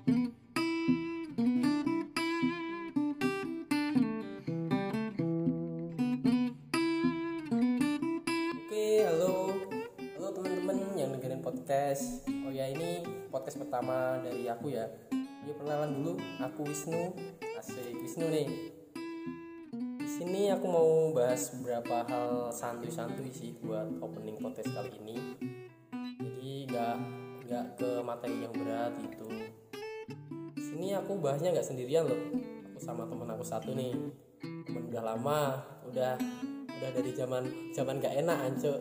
Oke, halo teman-teman yang dengerin podcast. Oh ya, ini podcast pertama dari aku ya. Yuk perkenalan dulu, aku Wisnu. Asik, Wisnu nih. Di sini aku mau bahas beberapa hal santuy-santuy sih buat opening podcast kali ini. Jadi nggak ke materi yang berat gitu. Di sini aku bahasnya nggak sendirian loh. Aku sama teman aku satu nih. Temen udah lama, udah dari zaman gak enak anco.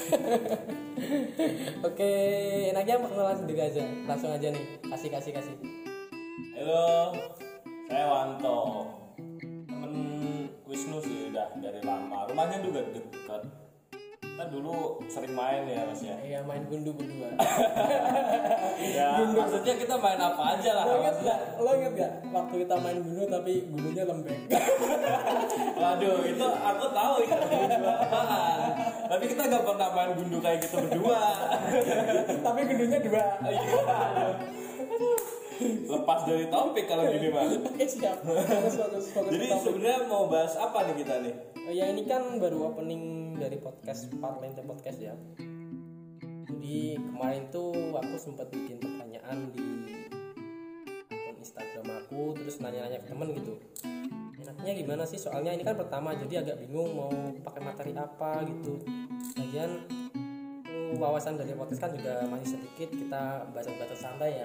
Oke, enaknya perkenalan sendiri aja, langsung aja nih, kasih. Halo, saya Wanto. Temen Wisnu sih udah dari lama. Rumahnya juga dekat. Kita dulu sering main ya Mas ya. Iya, main gundu berdua. Ya, maksudnya kita main apa aja lah. Lo inget gak waktu kita main gundu tapi gundunya lembek? Waduh, itu aku tahu itu berdua apaan. Tapi kita gak pernah main gundu kayak gitu berdua. Tapi gundunya dua. Lepas dari topik kalau gini Mas. Oke, siap. Fokus Jadi sebenarnya mau bahas apa nih kita nih? Ya ini kan baru opening dari podcast Parlente Podcast ya. Jadi kemarin tuh aku sempat bikin pertanyaan di akun Instagram aku, terus nanya-nanya ke temen gitu. Enaknya gimana sih? Soalnya ini kan pertama, jadi agak bingung mau pakai materi apa gitu. Lagian wawasan dari podcast kan juga masih sedikit, kita baca-baca santai ya.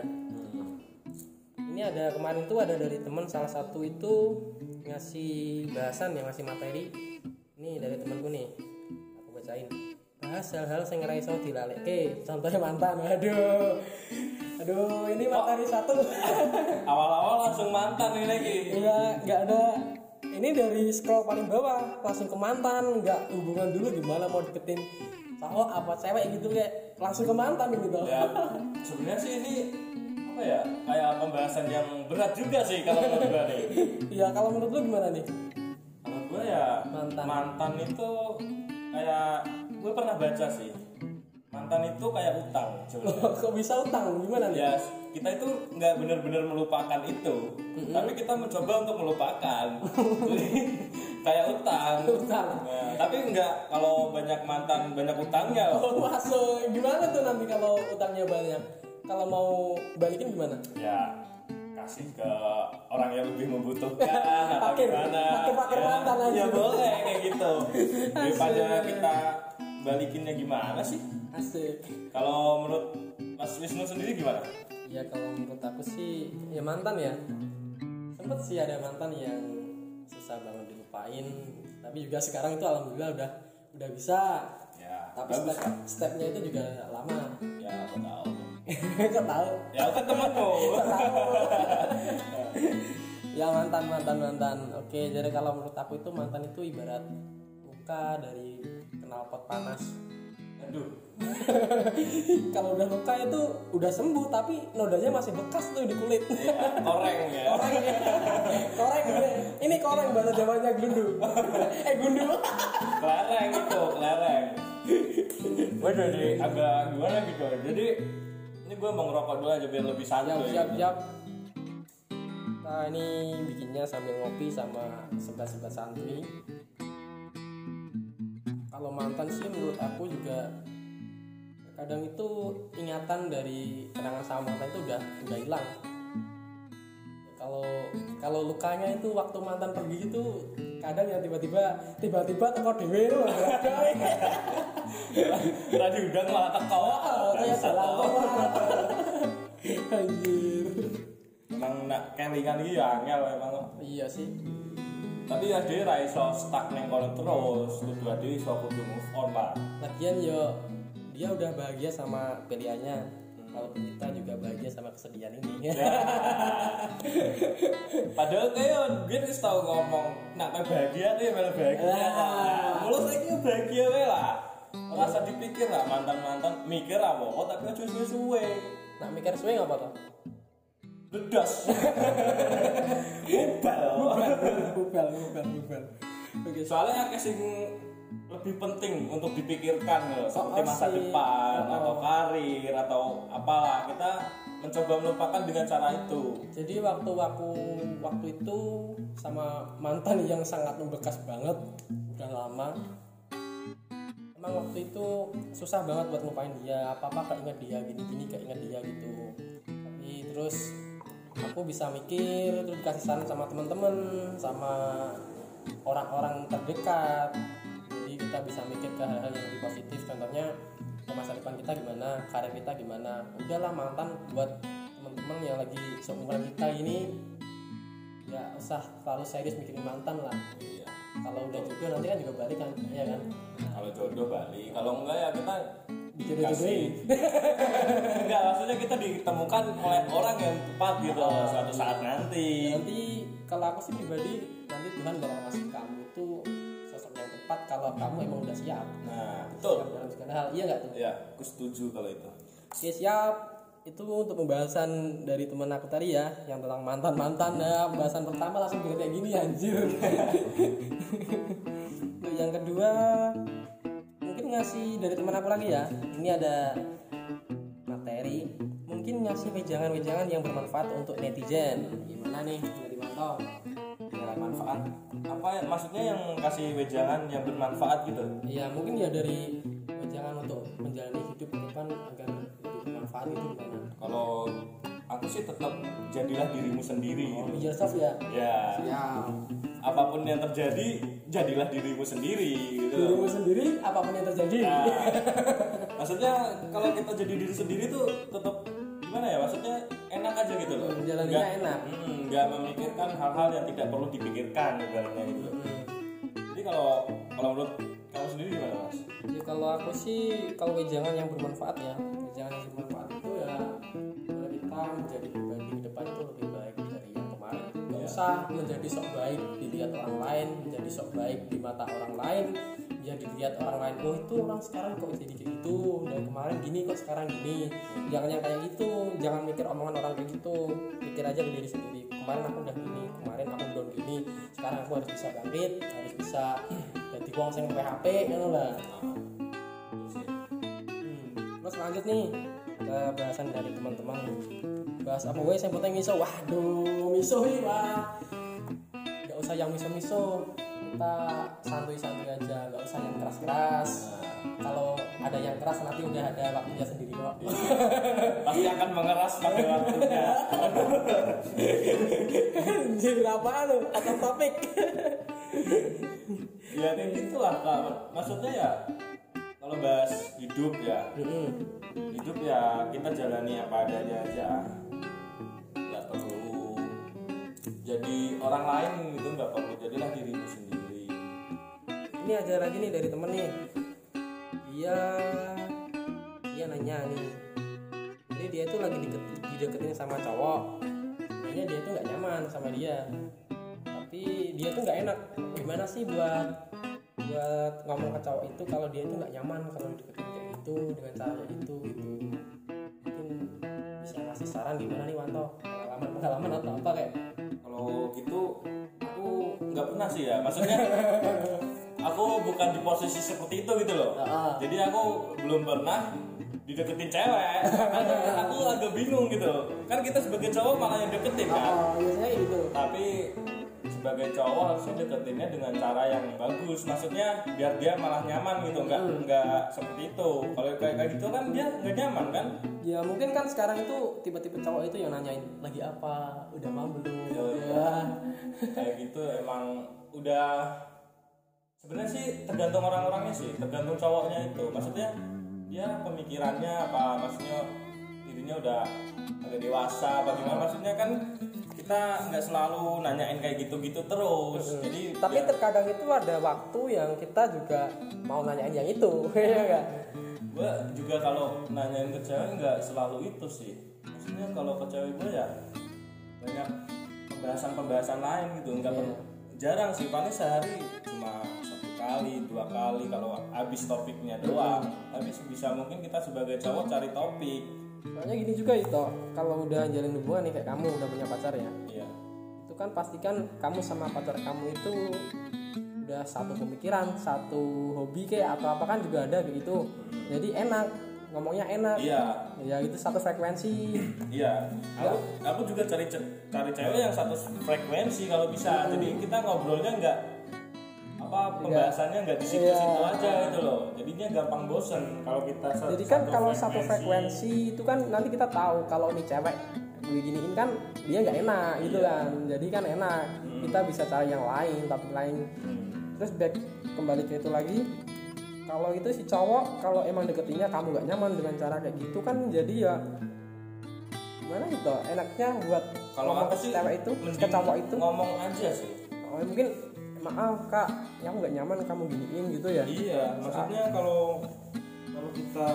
Ini ada kemarin tuh ada dari teman salah satu itu ngasih bahasan yang ngasih materi. Ini dari temanku nih, aku bacain. Bahas hal-hal yang ngeraiso dilaleke, contohnya mantan. Aduh, ini materi satu. Awal-awal langsung mantan ini lagi. Iya, nggak ada. Ini dari scroll paling bawah langsung ke mantan, nggak hubungan dulu gimana mau deketin cowok apa cewek gitu, kayak langsung ke mantan gitu. Ya, sebenarnya sih ini apa ya, kayak pembahasan yang berat juga sih kalau menurut gue nih. Iya, kalau menurut lu gimana nih? Kalau gue ya Mantan. mantan itu kayak gue pernah baca sih, mantan itu kayak utang sebenarnya. Kok bisa utang? Gimana nih? Ya kita itu nggak benar-benar melupakan itu, tapi kita mencoba untuk melupakan. Jadi kayak utang. Nah, tapi nggak, kalau banyak mantan banyak utangnya. Oh, masuk. Gimana tuh nanti kalau utangnya banyak? Kalau mau balikin gimana? Ya kasih ke orang yang lebih membutuhkan atau Fakir. gimana. Fakir mantan aja. Ya boleh kayak gitu. Daripada kita balikinnya gimana sih? Asik. Kalau menurut Mas Wisnu sendiri gimana? Ya kalau menurut aku sih ya mantan ya. Sempet sih ada mantan yang susah banget dilupain. Tapi juga sekarang itu alhamdulillah udah bisa. Ya, Tapi bagus kan? stepnya itu juga lama. Ya aku tahu. Kok tahu? Ya aku kan temanmu. Ya mantan. Oke, jadi kalau menurut aku itu mantan itu ibarat luka dari knalpot panas. Aduh. Kalau udah luka itu udah sembuh tapi nodanya masih bekas tuh di kulit. Ya, koreng ya. Koreng. Ini koreng bahasa Jawanya gundu. Gundu. Kelereng. Gue jadi agak gimana gitu. Jadi ini gue mau ngerokok dulu aja biar lebih santai. Siap. Nah ini bikinnya sambil ngopi sama sebat-sebat santuy. Kalau mantan sih menurut aku juga kadang itu ingatan dari kenangan sama mantan itu udah hilang. Kalau lukanya itu waktu mantan pergi itu kadang ya tiba-tiba teko dhewe itu Tadi udah malah teko. kayak jalan anjir. Emang nak kelingan iki ya angel emang. Iya sih. Tapi ya dia ra iso stuck ning kono terus, kudu ade iso kudu move on lah. Lagian yo dia udah bahagia sama pilihannya. Kalau kita juga bahagia sama kesedihan ini. Padahal kayak dia wis tau ngomong nak bahagia deh malah bahagia. Mulus iki bahagia wae lah. Rasa dipikir lah mantan-mantan mikir apa tapi aja suwe-suwe. Nak mikir suwe ngapa toh? Ledas. Bubal. Bubal. Oke, Soalnya akeh sing lebih penting untuk dipikirkan loh, seperti masa depan atau karir atau apalah, kita mencoba melupakan dengan cara itu. Jadi waktu itu sama mantan yang sangat membekas banget, udah lama. Emang waktu itu susah banget buat ngelupain dia, apa-apa keinget dia, gini-gini keinget dia gitu. Tapi terus aku bisa mikir, terus dikasih saran sama teman-teman, sama orang-orang terdekat. Jadi kita bisa mikir ke hal-hal yang lebih positif, contohnya ke masa depan kita gimana, karir kita gimana. Udahlah mantan buat teman-teman yang lagi seumuran kita ini, ya usah terlalu serius mikirin mantan lah. Iya. Kalau udah jodoh nanti kan juga balik kan, ya kan? Kalau jodoh balik, kalau enggak ya kita Jodoh-jodohin. Enggak, maksudnya kita ditemukan oleh orang yang tepat gitu suatu saat nanti. Nanti kalau aku sih pribadi, nanti Tuhan bakal ngasih kamu itu sosok yang tepat kalau kamu emang udah siap. Nah, betul. Siap dalam segala hal, iya nggak tuh? Ya, aku setuju kalau itu. Oke, siap. Itu untuk pembahasan dari teman aku tadi ya, yang tentang mantan-mantan. Nah, pembahasan pertama langsung kayak gini anjir. Untuk yang kedua, mungkin ngasih dari teman aku lagi ya. Ini ada materi, mungkin ngasih wejangan-wejangan yang bermanfaat untuk netizen. Gimana nih dari Manto? Ya, manfaat apa ya? Maksudnya yang kasih wejangan yang bermanfaat gitu? Ya mungkin ya dari wejangan untuk menjalani hidup ke depan agar lebih bermanfaat itu gimana? Kalau aku sih tetap jadilah dirimu sendiri. Be yourself ya. Ya. Siap. Apapun yang terjadi, jadilah dirimu sendiri gitu. Dirimu sendiri apapun yang terjadi. Nah, maksudnya kalau kita jadi diri sendiri tuh tetap gimana ya? Maksudnya enak aja gitu loh. Jalannya enak. Nggak memikirkan hal-hal yang tidak perlu dipikirkan ibaratnya gitu. Jadi kalau menurut kamu sendiri gimana, Mas? Ya kalau aku sih, kalau wejangan yang bermanfaat ya, wejangan yang bermanfaat itu ya kalau kita menjadi pribadi ke depan itu lebih baik dari yang kemarin. Gak usah menjadi sok baik dilihat orang lain, menjadi sok baik di mata orang lain, jadi dilihat orang lain, oh itu orang sekarang kok jadi kayak gitu, dari kemarin gini kok sekarang gini. Jangan yang kayak gitu, jangan mikir omongan orang kayak gitu, mikir aja ke diri sendiri. Kemarin aku udah gini, kemarin aku down gini, sekarang aku harus bisa bangkit, harus bisa jadi wong sing PHP ngono lah. Terus lanjut nih ke bahasan dari teman-teman. Bahas apa wes yang penting miso. Waduh, miso nih wah. Gak usah yang miso-miso. Kita santuy-santuy aja, gak usah yang keras-keras. Kalau ada yang keras nanti udah ada waktunya sendiri kok. Pasti akan mengeras pada waktunya. Anjir apaan lu? Atau topik? Ya kayak gitulah Kak. Maksudnya ya kalau bahas hidup ya, hidup ya kita jalani apa adanya aja. Nggak perlu jadi orang lain gitu, nggak perlu, jadilah dirimu sendiri. Ini ada lagi nih dari temen nih. Dia nanya nih. Jadi dia tuh lagi dideketin sama cowok. Kayaknya dia tuh nggak nyaman sama dia. Tapi dia tuh nggak enak. Gimana sih buat ngomong ke cowok itu kalau dia tuh nggak nyaman kalau dideketin kayak gitu dengan cara itu gitu. Mungkin bisa ngasih saran gimana nih Wanto? Pengalaman atau apa kayak? Kalau gitu aku nggak pernah sih ya. Maksudnya aku bukan di posisi seperti itu gitu loh. Jadi aku belum pernah dideketin cewek. Aku agak bingung gitu. Kan kita sebagai cowok malah yang deketin kan. Biasanya gitu. Tapi sebagai cowok harusnya deketinnya dengan cara yang bagus. Maksudnya biar dia malah nyaman gitu. Enggak seperti itu. Kalau kayak gitu kan dia nggak nyaman kan. Ya mungkin kan sekarang itu tipe-tipe cowok itu yang nanyain lagi apa, udah mau belum? Ya. Kayak gitu emang udah. Sebenarnya sih tergantung orang-orangnya sih, tergantung cowoknya itu. Maksudnya dia pemikirannya apa, maksudnya dirinya udah agak dewasa apa gimana. Maksudnya kan kita nggak selalu nanyain kayak gitu-gitu terus. Jadi tapi ya, terkadang itu ada waktu yang kita juga mau nanyain yang itu. Ya enggak? Gue juga kalau nanyain ke cewek nggak selalu itu sih. Maksudnya kalau ke cewek gue ya banyak pembahasan lain gitu. Jarang sih, paling sehari cuma 1 kali 2 kali kalau habis topiknya doang. Habis bisa mungkin kita sebagai cowok cari topik. Soalnya gini juga itu, kalau udah jalin hubungan nih kayak kamu udah punya pacar ya. Iya. Itu kan pastikan kamu sama pacar kamu itu udah satu pemikiran, satu hobi kayak atau apa kan juga ada kayak gitu. Jadi enak, ngomongnya enak. Iya. Ya itu satu frekuensi. Iya. Aku juga cari cewek yang satu frekuensi kalau bisa. Jadi kita ngobrolnya enggak pembahasannya enggak di situ-situ aja gitu loh. Jadinya gampang bosen kalau kita jadi kan kalau satu frekuensi itu kan nanti kita tahu kalau nih cewek beginiin kan dia nggak enak gitu kan. Jadi kan enak. Kita bisa cari yang lain, topik lain. Terus back kembali ke itu lagi. Kalau itu si cowok kalau emang deketinnya kamu nggak nyaman dengan cara kayak gitu kan jadi ya gimana gitu enaknya buat kalau ngomong ke sih cewek itu ke cowok itu ngomong aja sih. Mungkin maaf kak yang nggak nyaman kamu giniin gitu ya. Iya maksudnya kalau kita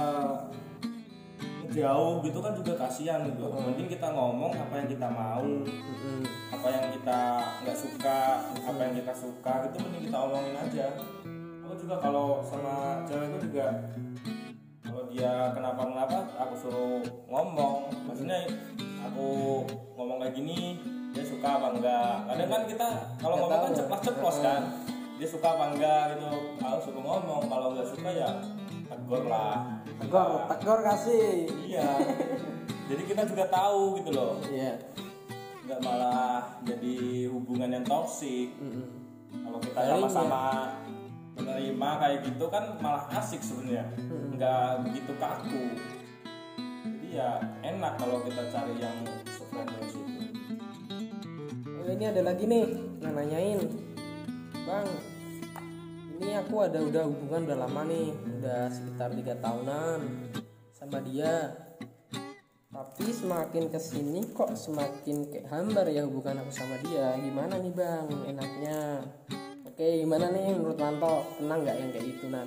jauh gitu kan juga kasihan gitu. Mending kita ngomong apa yang kita mau, apa yang kita nggak suka, apa yang kita suka itu mending kita omongin aja. Aku juga kalau sama cewekku juga kalau dia kenapa aku suruh ngomong, maksudnya aku ngomong kayak gini dia suka apa enggak. Kadang kan kita kalau ngomong kan ceplos kan, dia suka apa enggak gitu. Aku suruh ngomong, kalau nggak suka ya tegur lah. Tegur kasih. Iya. Jadi kita juga tahu gitu loh. Iya. Nggak malah jadi hubungan yang toksik. Kalau kita sama-sama menerima kayak gitu kan malah asik sebenarnya. Nggak begitu kaku. Jadi ya enak kalau kita cari yang sefrekuensi itu. Ini ada lagi nih yang nanyain, Bang, ini aku udah hubungan udah lama nih, udah sekitar 3 tahunan sama dia, tapi semakin kesini kok semakin kayak hambar ya hubungan aku sama dia. Gimana nih Bang enaknya? Oke, gimana nih menurut Manto, tenang nggak yang kayak gitu Nan?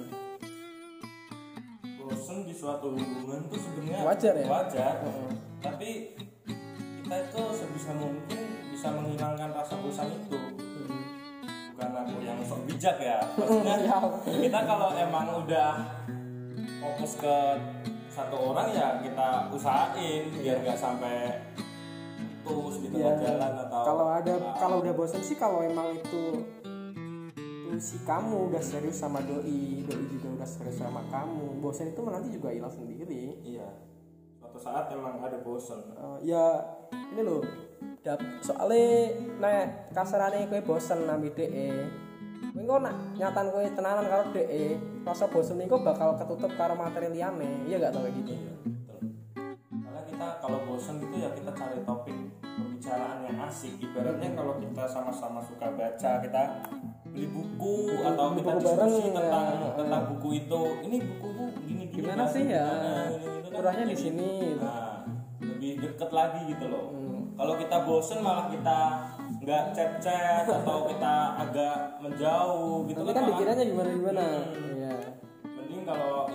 Bosen di suatu hubungan tuh sebenarnya wajar ya? Wajar. Tapi kita itu sebisa mungkin bisa menghilangkan rasa bosan itu. Bukan aku yang sok bijak ya. Maksudnya kita kalau emang udah fokus ke satu orang ya kita usahain biar nggak sampai putus di tengah jalan atau kalau udah bosan sih, kalau emang itu si kamu udah serius sama doi juga udah serius sama kamu, bosan itu nanti juga hilang sendiri. Iya. Suatu saat emang ada bosan. Ya ini loh. Soalnya nek kasarane kowe bosen nami DE, kowe engko nak nyatan kowe tenanan karo DE, rasa bosen niku bakal ketutup karo materi liyane. Iya gak tau kayak gitu. Iya, betul. Karena kita kalau bosen gitu ya kita cari topik pembicaraan yang asik. Ibaratnya kalau kita sama-sama suka baca, kita beli buku atau kita diskusi tentang buku itu. Ini bukumu gini gimana sih ya? Kurangnya di sini. Nah, lebih deket lagi gitu loh. Kalau kita bosen malah kita nggak chat atau kita agak menjauh gitu. Tapi kan pikirannya gimana? Iya. Mending kalau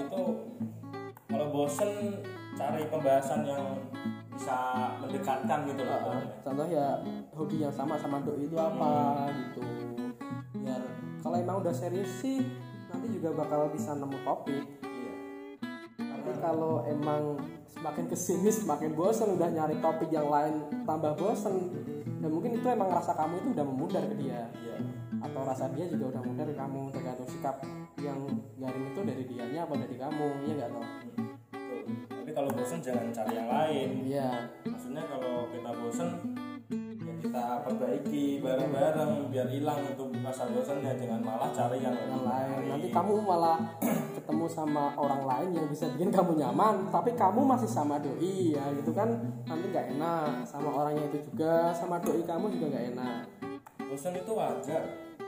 bosen cari pembahasan yang bisa mendekatkan gitu loh. Contoh ya hobi yang sama doi itu apa gitu. Biar kalau emang udah serius sih nanti juga bakal bisa nemu topik. Iya. Tapi kalau emang semakin kesini semakin bosan, udah nyari topik yang lain tambah bosan, dan mungkin itu emang rasa kamu itu udah memudar ke dia. Iya. Atau rasa dia juga udah memudar ke kamu, tergantung sikap yang garing itu dari dianya apa dari kamu, iya nggak tau. Tapi kalau bosan jangan cari yang lain. Iya. Maksudnya kalau kita bosan ya kita perbaiki bareng-bareng biar hilang itu rasa bosannya, jangan malah cari yang lain. Nanti kamu malah ketemu sama orang lain yang bisa bikin kamu nyaman, tapi kamu masih sama doi ya gitu kan, nanti nggak enak sama orangnya itu juga, sama doi kamu juga nggak enak. Bosan itu wajar.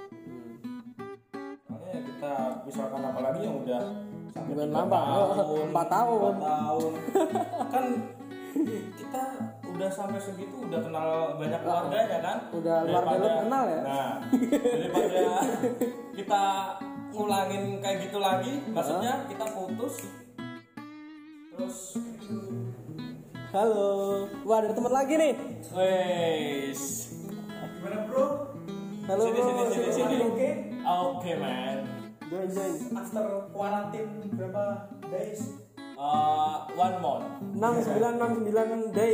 Makanya kita misalkan apalagi yang udah sampai 4 tahun kan kita udah sampai segitu udah kenal banyak keluarganya kan, udah keluarga lu kenal ya. Nah daripada kita ngulangin kayak gitu lagi, maksudnya kita putus terus. Halo, wah ada teman lagi nih. Wes, gimana bro? Halo, sini. Oke, Oke man. Join. after quarantine berapa days? 1 month. 69 day.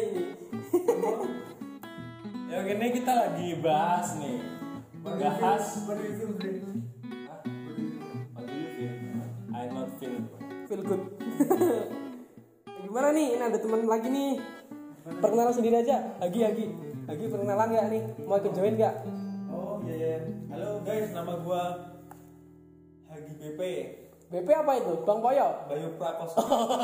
Ya gini kita lagi bahas nih. Bahas What do you feel, Dre? feel good. Gimana nih? Ini ada teman lagi nih. Perkenalan sendiri aja. Hagi perkenalan nggak nih? Mau ikut join nggak? Oh iya. Halo guys, nama gua Hagi BP. BP apa itu? Bang Poyo? Bayu Prakoso.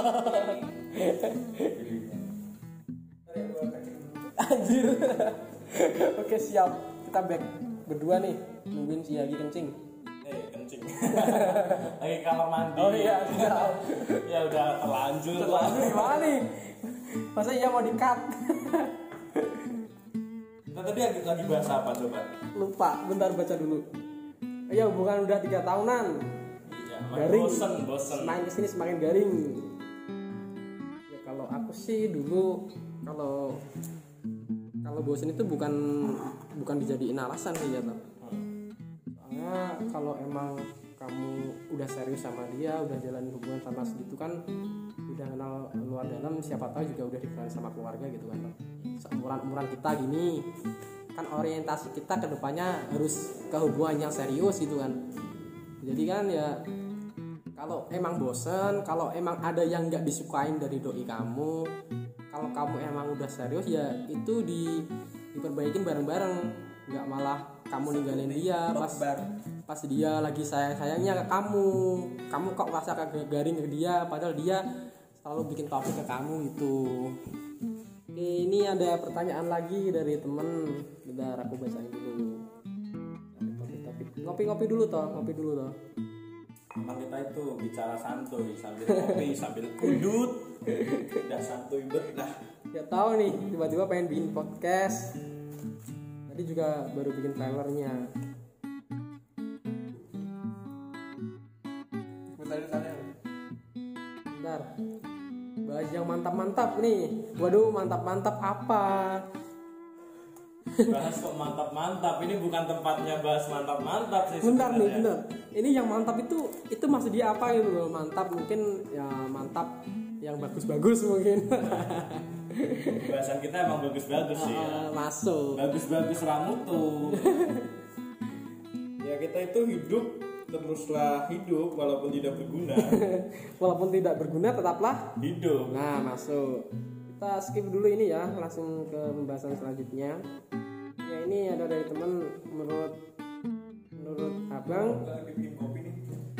Anjir. Oke siap. Kita back berdua nih. Nungguin si Hagi kencing. Kencing. Lagi kamar mandi. Oh iya. Siap. Ya udah terlanjur. Gimana nih? Masa iya mau di-cut? Kita tadi lagi bahas apa coba? Lupa. Bentar baca dulu. Ya hubungan udah 3 tahunan. Iya, Garing. bosen. Semakin kesini semakin garing. Ya kalau aku sih dulu kalau bosen itu bukan dijadiin alasan sih ya toh. Soalnya kalau emang kamu udah serius sama dia, udah jalan hubungan sama segitu kan, udah kenal luar dalam, siapa tahu juga udah dikenal sama keluarga gitu kan. Seumuran kita gini kan, orientasi kita ke depannya harus ke hubungan yang serius gitu kan. Jadi kan ya kalau emang bosen, kalau emang ada yang nggak disukain dari doi kamu, kalau kamu emang udah serius ya itu diperbaikin bareng-bareng, nggak malah kamu ninggalin dia pas dia lagi sayang-sayangnya ke kamu kok merasa garing ke dia, padahal dia selalu bikin topik ke kamu itu. Oke, ini ada pertanyaan lagi dari temen, bentar aku bacain dulu. Topik. Ngopi dulu toh. Emang kita itu bicara santuy sambil kopi sambil kudut. Udah santuy bet lah. Ya tahu nih, tiba-tiba pengen bikin podcast. Tadi juga baru bikin trailernya. Bentar. Bahas yang mantap-mantap nih. Waduh, mantap-mantap apa? Bahas kok mantap-mantap. Ini bukan tempatnya bahas mantap-mantap sih. Bentar nih, sebenarnya. bener. Ini yang mantap itu maksud dia apa gitu loh? Mantap mungkin ya mantap yang bagus-bagus mungkin. Bahasan kita emang bagus-bagus sih ya. Masuk. Bagus-bagus rambut tuh. Ya kita itu hidup teruslah hidup walaupun tidak berguna. Walaupun tidak berguna tetaplah. Hidup. Nah, masuk. Kita skip dulu ini ya, langsung ke pembahasan selanjutnya. Ya ini ada dari teman, menurut Abang. Bikin kopi nih.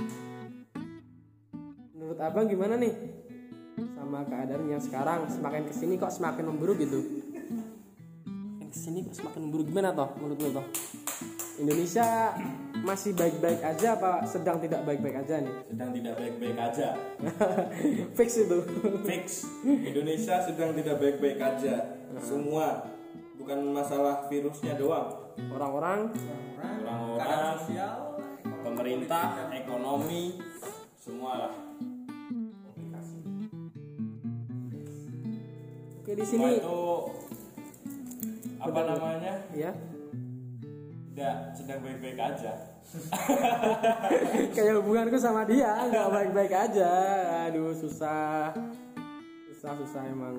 Menurut Abang gimana nih sama keadaan yang sekarang, semakin kesini kok semakin memburuk gitu? Semakin kesini kok semakin memburuk, gimana toh menurut lo toh? Indonesia masih baik-baik aja apa sedang tidak baik-baik aja nih? Sedang tidak baik-baik aja. Fix itu. Fix. Indonesia sedang tidak baik-baik aja. Semua, bukan masalah virusnya doang. Orang-orang, Orang-orang, Sosial, pemerintah, ekonomi, semua lah. oke di Semua sini. itu apa namanya? Ya. Tidak sedang baik-baik aja. Kayak hubunganku sama dia nggak baik-baik aja. Aduh susah emang.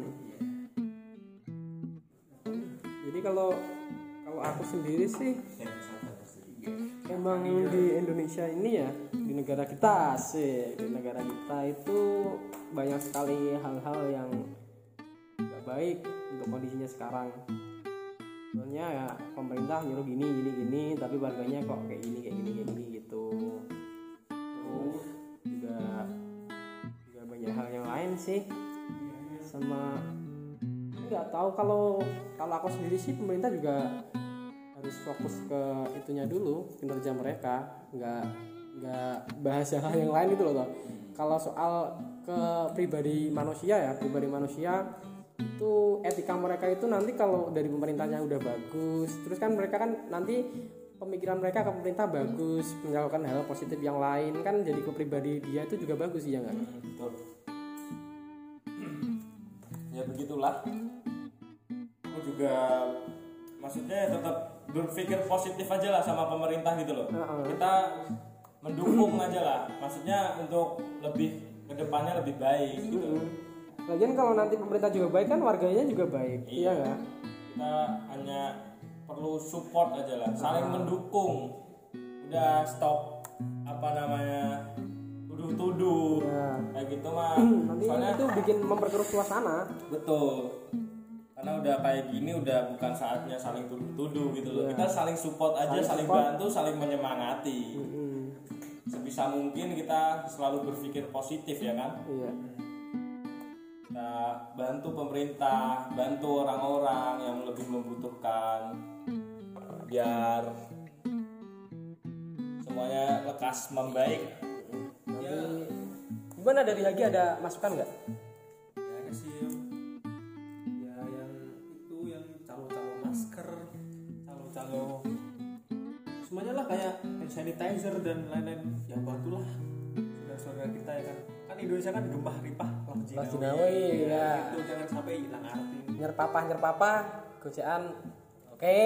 Jadi kalau aku sendiri sih emang di Indonesia ini ya, di negara kita sih, di negara kita itu banyak sekali hal-hal yang nggak baik untuk kondisinya sekarang. Soalnya ya pemerintah nyuruh gini, tapi warganya kok kayak gini gitu. Terus juga banyak hal yang lain sih. Sama nggak tahu kalau aku sendiri sih, pemerintah juga harus fokus ke itunya dulu, kinerja mereka, nggak bahas hal yang lain gitu loh toh. Kalau soal ke pribadi manusia itu etika mereka itu nanti kalau dari pemerintahnya udah bagus, terus kan mereka kan nanti pemikiran mereka ke pemerintah bagus, menyalurkan hal positif yang lain kan, jadi ke pribadi dia itu juga bagus ya nggak? Betul. Ya begitulah. Aku juga maksudnya tetap berpikir positif aja lah sama pemerintah gitu loh. Kita mendukung aja lah. Maksudnya untuk lebih kedepannya lebih baik gitu. Lagian kalau nanti pemerintah juga baik kan warganya juga baik, iya nggak? Kita hanya perlu support aja lah, saling mendukung. Udah stop apa namanya tuduh-tuduh kayak gitu mah. Nanti Soalnya itu bikin memperkeruh suasana. betul. Karena udah kayak gini udah bukan saatnya saling tuduh-tuduh gitu loh. Kita saling support aja, saling bantu, saling menyemangati. Sebisa mungkin kita selalu berpikir positif ya kan. Iya. Kita bantu pemerintah, bantu orang-orang yang lebih membutuhkan biar semuanya lekas membaik. Gimana dari lagi ada masukan nggak? Ya ada sih ya yang itu yang calo-calo masker, calo-calo semuanya lah kayak hand sanitizer dan lain-lain yang bantulah saudara-saudara kita ya kan. Kan Indonesia kan gembah ripah Jinawi ya. Itu jangan sampai hilang arti. Nyerpapah gojaan. Oke.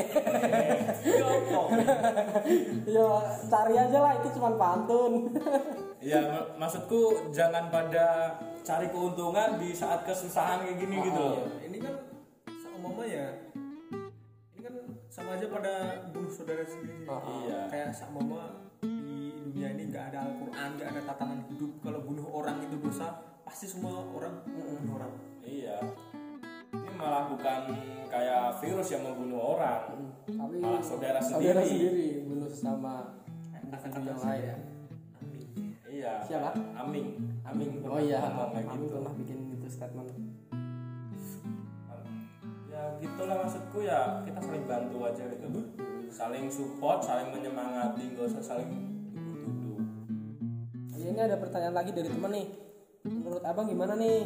Ya cari aja lah, itu cuma pantun. Ya maksudku jangan pada cari keuntungan di saat kesusahan kayak gini gitu loh. Ini kan seumpama ya, ini kan sama aja pada bunuh saudara sendiri. Iya. Kayak seumpama di dunia ini nggak ada Al-Quran, nggak ada tatanan hidup. Kalau bunuh orang itu dosa, pasti semua orang bunuh orang. Iya. Ini malah bukan kayak virus yang membunuh orang, Tapi malah saudara saudara sendiri. sendiri bunuh sama individu yang lain. Iya. Siapa? Aming. Oh iya, ngomong kayak Amin gitu. pernah bikin itu statement. Ya gitulah maksudku ya, kita saling bantu aja gitu. Saling support, saling menyemangati, gak usah saling tuduh-tuduh. Ya, ini ada pertanyaan lagi dari teman nih. Menurut abang gimana nih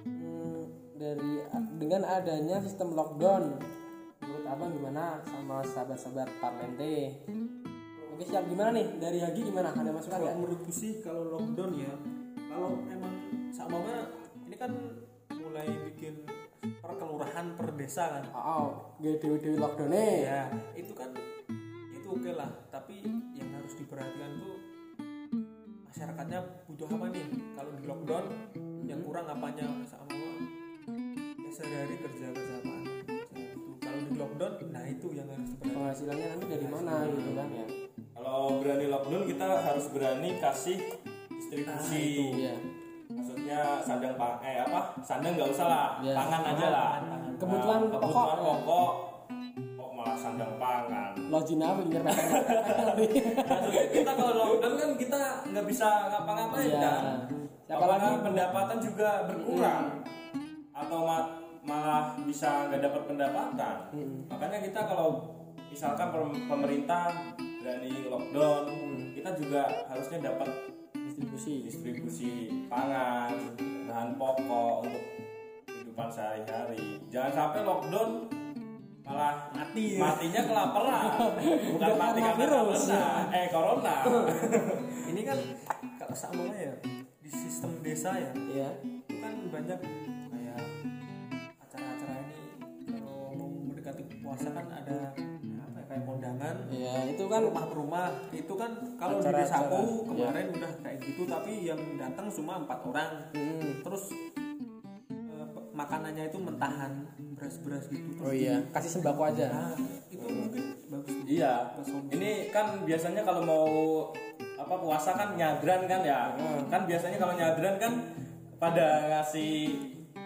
dengan adanya sistem lockdown? Menurut abang gimana sama sahabat-sahabat Parlente? Oke siap, gimana nih dari Hagi, gimana, ada masukan Kalau nggak? menurutku sih kalau lockdown ya, kalau emang seumpama ini kan mulai bikin per kelurahan per desa kan. Dewi lockdown nih. Ya itu kan itu oke lah, tapi yang harus diperhatikan tuh masyarakatnya butuh apa nih. Kalau di lockdown yang kurang apanya, sama ya sehari-hari kerja apaan gitu. Kalau di lockdown, nah itu yang harus diperhatikan. Penghasilannya nanti dari mana gitu kan ya? Kalau berani lockdown kita harus berani kasih distribusi. Iya. Maksudnya sandang sandang nggak usah lah, Iya. pangan aja lah. Kebutuhan Nah, pokok, ya. pokok kok malah sandang pangan. Logina pinggir Maksudnya kita kalau lockdown kan kita nggak bisa ngapa-ngapain Iya. kan. Siapa Apalagi lagi? pendapatan juga berkurang atau malah bisa nggak dapat pendapatan. Makanya kita kalau misalkan pemerintah berani lockdown, kita juga harusnya dapat distribusi pangan, bahan pokok untuk kehidupan sehari-hari. Jangan sampai lockdown malah matinya kelaparan, bukan mati karena corona. Ini kan kalau sama ya di sistem desa ya, Iya. itu kan banyak kayak acara-acara ini kalau mau mendekati puasa kan ada apa ya, kayak kondangan. Iya, itu kan Rumah per rumah itu kan kalau di Acara-acara, desaku kemarin udah kayak gitu, tapi yang datang cuma 4 orang. Terus makanannya itu mentahan beras-beras gitu. Terus oh iya, kasih sembako aja. nah, itu mungkin bagus. Iya, ini kan biasanya kalau mau puasa kan nyadran kan ya. Kan biasanya kalau nyadran kan pada ngasih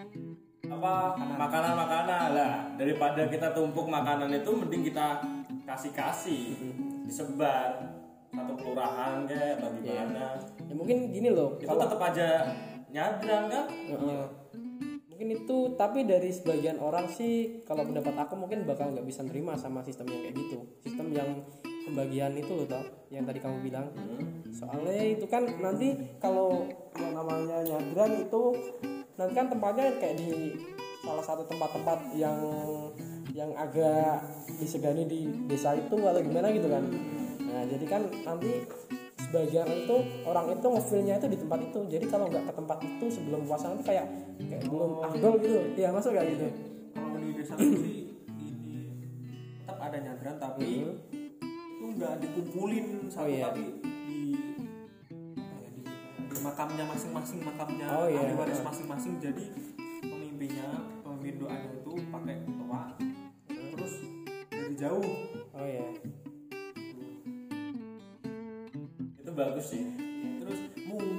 makanan-makanan lah. Daripada kita tumpuk makanan itu mending kita kasih disebar satu kelurahan kayak bagaimana. Ya mungkin gini loh, Itu tetap aja nyadran kan? mungkin itu, tapi dari sebagian orang sih kalau pendapat aku mungkin bakal nggak bisa nerima sama sistem yang kayak gitu, sistem yang pembagian itu loh toh, yang tadi kamu bilang. Soalnya itu kan nanti kalau yang namanya nyadran itu nanti kan tempatnya kayak di salah satu tempat-tempat yang agak disegani di desa itu atau gimana gitu kan. Nah jadi kan nanti sebagian itu orang itu ngefeel-nya itu di tempat itu. Jadi kalau nggak ke tempat itu sebelum puasa nanti kayak belum afdol gitu. Iya, masuk gak gitu? Kalau di desa sih ini tetap ada nyadran, tapi itu nggak dikumpulin satu, tapi di makamnya masing-masing, makamnya ahli waris masing-masing. Jadi pemimpin doanya itu pakai toa, terus dari jauh. Oh iya. Itu bagus sih. Terus mungkin